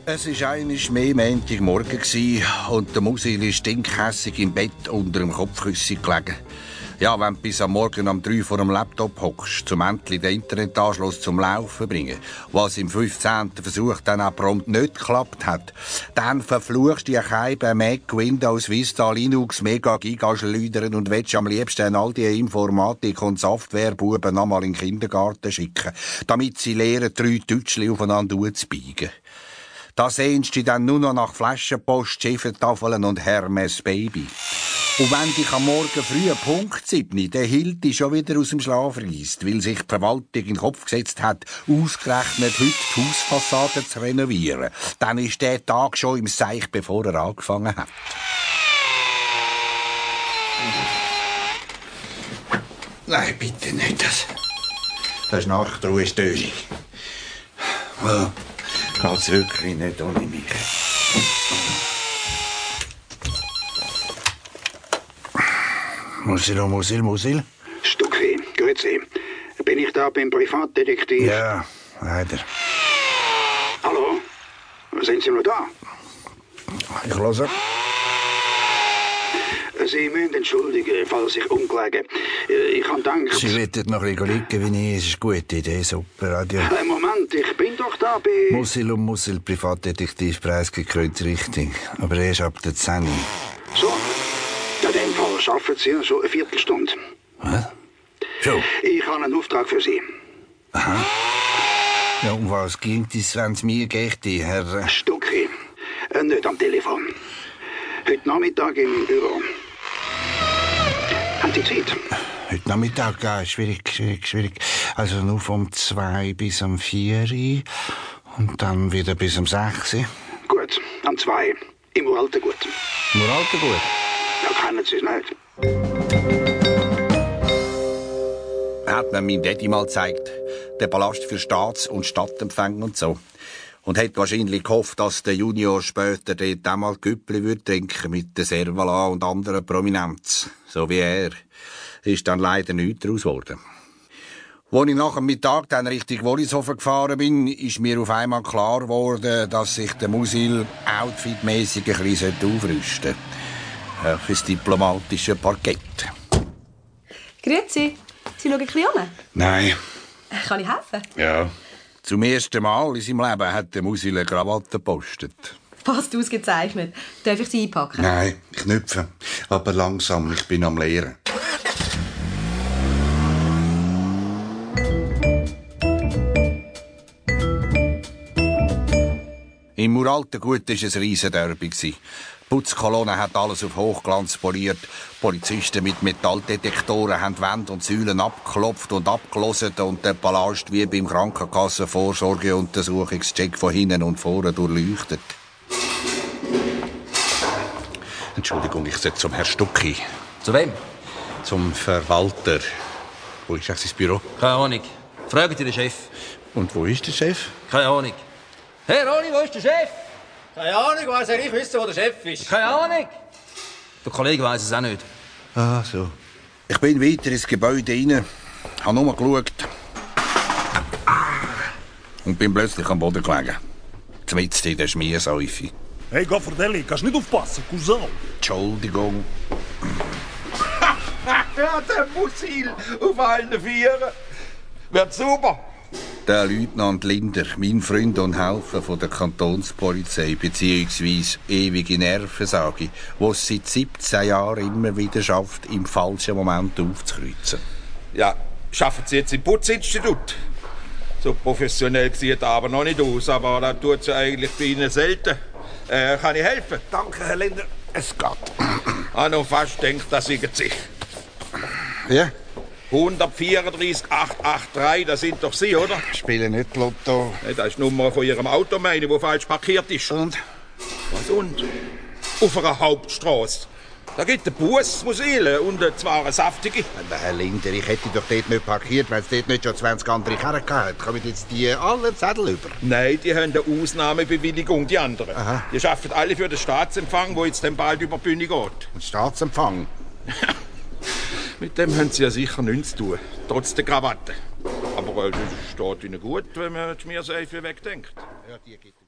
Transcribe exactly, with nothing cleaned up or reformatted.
Es war einmal mehr Montagmorgen und der Musil ist stinkhässig im Bett unter dem Kopfkissen gelegen. Ja, wenn du bis am Morgen um drei vor dem Laptop hockst, zum endlich den Internetanschluss zum Laufen bringen, was im fünfzehnten Versuch dann auch prompt nicht geklappt hat, dann verfluchst du dich bei Mac, Windows, Vista, Linux, Mega, Giga schleudern und willst am liebsten all die Informatik- und Softwarebuben noch mal in den Kindergarten schicken, damit sie lernen, drei Deutschli aufeinander zu biegen. Da sehnst du dich dann nur noch nach Flaschenpost, Schiffertafeln und Hermes Baby. Und wenn dich am Morgen früh Punkt sieben der Hilti schon wieder aus dem Schlaf reisst, weil sich die Verwaltung in den Kopf gesetzt hat, ausgerechnet heute die Hausfassade zu renovieren, dann ist der Tag schon im Seich, bevor er angefangen hat. Nein, bitte nicht das. Das ist Nachtruhestörung. Oh, geht's wirklich nicht ohne mich. Musil, Musil, Musil. Stucki, grüezi. Bin ich da beim Privatdetektiv? Ja, leider. Hallo? Sind Sie noch da? Ich höre. Sie müssen entschuldigen, falls ich umgelegen. Ich habe gedacht... Sie wollen noch ein bisschen liegen, wie ich. Es ist eine gute Idee, super. Adieu. Äh, Moment, ich bin doch da bei... Musil und Musil, Privatdetektivpreis gekrönt richtig. Aber erst ab der zehn. So. In dem Fall arbeiten Sie so eine Viertelstunde. Was? So. Ich habe einen Auftrag für Sie. Aha. Ja, um was ging es, wenn es mir geht, Herr... Stucki, äh, nicht am Telefon. Heute Nachmittag im Büro. Haben Sie Zeit? Heute Nachmittag, ja, schwierig, schwierig, schwierig. Also nur vom zwei bis um vier und dann wieder bis um sechs. Gut, am zwei. Im Uraltengut. Im Uraltengut? Ja, kennen Sie es nicht. Hat mir mein Daddy mal gezeigt. Der Palast für Staats- und Stadtempfänge und so. Und hat wahrscheinlich gehofft, dass der Junior später dort auch mal Güppli würde trinken mit der Servala und anderen Prominenz. So wie er. Ist dann leider nichts daraus geworden. Als ich nach dem Mittag dann Richtung Wollishofen gefahren bin, ist mir auf einmal klar geworden, dass sich der Musil outfitmässig ein bisschen aufrüsten sollte. Fürs diplomatische Parkett. Grüezi. Sie schauen ein bisschen an? Nein. Kann ich helfen? Ja. Zum ersten Mal in seinem Leben hat der Musil eine Krawatte gepostet. Passt ausgezeichnet. Darf ich sie einpacken? Nein, Knöpfe. Aber langsam, ich bin am Lehren. Im Uraltengut war es ein Riesenderby. Die Putzkolonne hat alles auf Hochglanz poliert. Polizisten mit Metalldetektoren haben Wände und Säulen abgeklopft und abgelöst und den Palast wie beim Krankenkassenvorsorgeuntersuchungscheck von hinten und vorne durchleuchtet. Entschuldigung, ich sollte zum Herrn Stucki. Zu wem? Zum Verwalter. Wo ist eigentlich sein Büro? Keine Ahnung. Fragen Sie den Chef. Und wo ist der Chef? Keine Ahnung. Herr Roni, wo ist der Chef? Keine Ahnung, weiss er nicht wissen, wo der Chef ist. Keine Ahnung. Der Kollege weiss es auch nicht. Ah, so. Ich bin weiter ins Gebäude rein, habe nur geschaut und bin plötzlich am Boden gelegen. Zmitzt in der Schmiersäufe. Hey, Gaffardelli, kannst nicht aufpassen, Cousin. Entschuldigung. Ja, der Musil auf allen Vieren. Wird super. Der Leutnant Linder, mein Freund und Helfer von der Kantonspolizei, beziehungsweise ewige Nervensage, der es seit siebzehn Jahren immer wieder schafft, im falschen Moment aufzukreuzen. Ja, schaffen Sie jetzt im Putzinstitut? So professionell sieht er aber noch nicht aus, aber das tut sie eigentlich bei Ihnen selten. Äh, kann ich helfen? Danke, Herr Linder. Es geht. Ich habe noch fast gedacht, das sei sich. Ja? hundertvierunddreißig achthundertdrei, das sind doch Sie, oder? Spielen nicht Lotto. Nee, das ist die Nummer von Ihrem Auto, meine, wo falsch parkiert ist. Und? Was und? Auf einer Hauptstrasse. Da gibt es einen Bus, Musil, und zwar eine saftige. Aber Herr Linder, ich hätte doch dort nicht parkiert, wenn es dort nicht schon zwanzig andere Karren gehabt. Kommen jetzt die alle Zettel über? Nein, die haben eine Ausnahmebewilligung, die anderen. Aha. Die arbeiten alle für den Staatsempfang, der jetzt dann bald über die Bühne geht. Ein Staatsempfang? Mit dem haben Sie ja sicher nichts zu tun, trotz der Krawatte. Aber es äh, steht Ihnen gut, wenn man die Schmierseife wegdenkt. Ja, die gibt